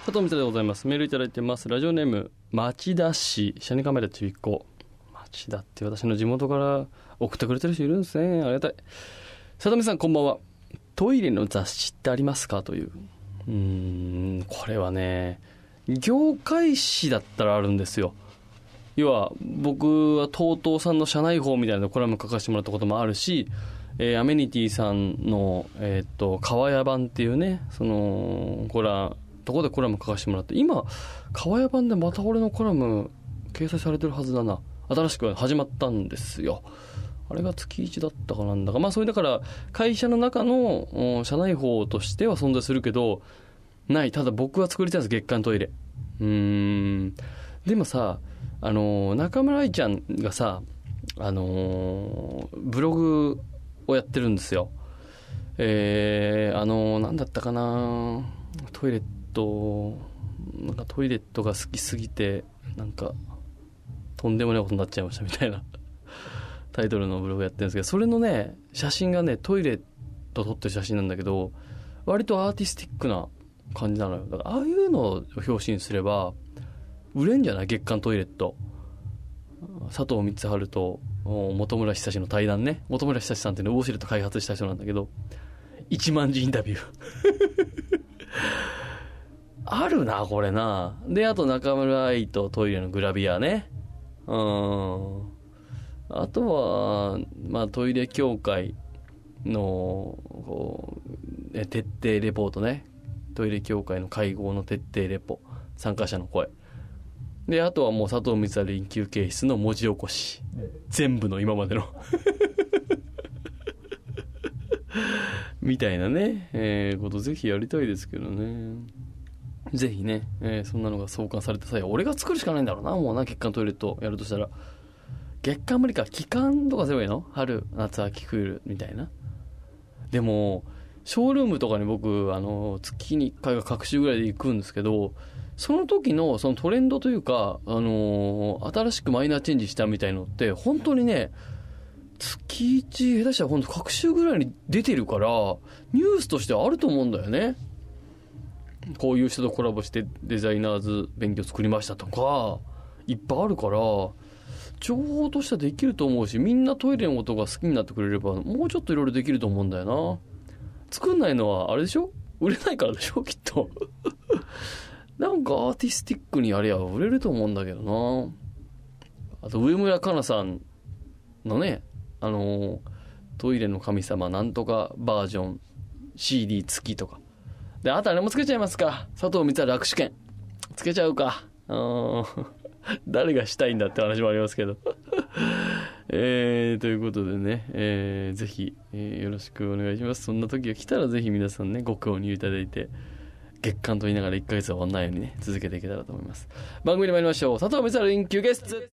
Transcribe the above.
佐藤光でございます。メールいただいてます。ラジオネーム町田市シャニカメラちびっこ。町田って私の地元から送ってくれてる人いるんですね。ありがたい。佐藤さんこんばんは。トイレの雑誌ってありますかという。これはね、業界誌だったらあるんですよ。要は僕は TOTO さんの社内報みたいなコラム書かせてもらったこともあるし、アメニティさんの川谷版っていうね、そのとこでコラム書かせてもらって、今川谷版でまた俺のコラム掲載されてるはずだな。新しく始まったんですよ。あれが月1だったかなんだか、まあそれだから会社の中の社内報としては存在するけどない。ただ僕は作りたいんです、月刊トイレ。でもさ、中村愛ちゃんがさ、ブログをやってるんですよ。なんだったかな、トイレットが好きすぎてなんかとんでもないことになっちゃいましたみたいなタイトルのブログやってるんですけど、それのね写真がね、トイレット撮ってる写真なんだけど、割とアーティスティックな感じなのよ。だからああいうのを表紙にすれば売れんじゃない？月刊トイレット。佐藤光晴と本村久志の対談ね。本村久志さんっていうのはウォシュレット開発した人なんだけど、1万字インタビューあるなこれな。で、あと中村愛とトイレのグラビアね。あとはまあトイレ協会の徹底レポートね。トイレ協会の会合の徹底レポ、参加者の声で、あとはもう佐藤光晴臨休憩室の文字起こし、全部の今までのみたいなね、ことぜひやりたいですけどね。ぜひね、そんなのが創刊された際は俺が作るしかないんだろうな。もうな、月刊トイレットやるとしたら月刊無理か、期間とかすればいいの？春夏秋冬みたいな。でもショールームとかに僕月に1回が各週ぐらいで行くんですけど、その時のそのトレンドというか、新しくマイナーチェンジしたみたいのって本当にね、月1下手したら本当各週ぐらいに出てるから、ニュースとしてはあると思うんだよね。こういう人とコラボしてデザイナーズ勉強作りましたとかいっぱいあるから、情報としてはできると思うし、みんなトイレのことが好きになってくれればもうちょっといろいろできると思うんだよな。作んないのはあれでしょ、売れないからでしょきっとなんかアーティスティックにやりゃ売れると思うんだけどな。あと上村かなさんのね、トイレの神様なんとかバージョン CD 付きとかで、あとあれもつけちゃいますか、佐藤光晴握手券つけちゃうか。誰がしたいんだって話もありますけどということでね、ぜひ、よろしくお願いします。そんな時が来たらぜひ皆さんね、ご購入いただいて、月間と言いながら1ヶ月は終わんないようにね、続けていけたらと思います。番組に参りましょう。佐藤光晴臨休憩室。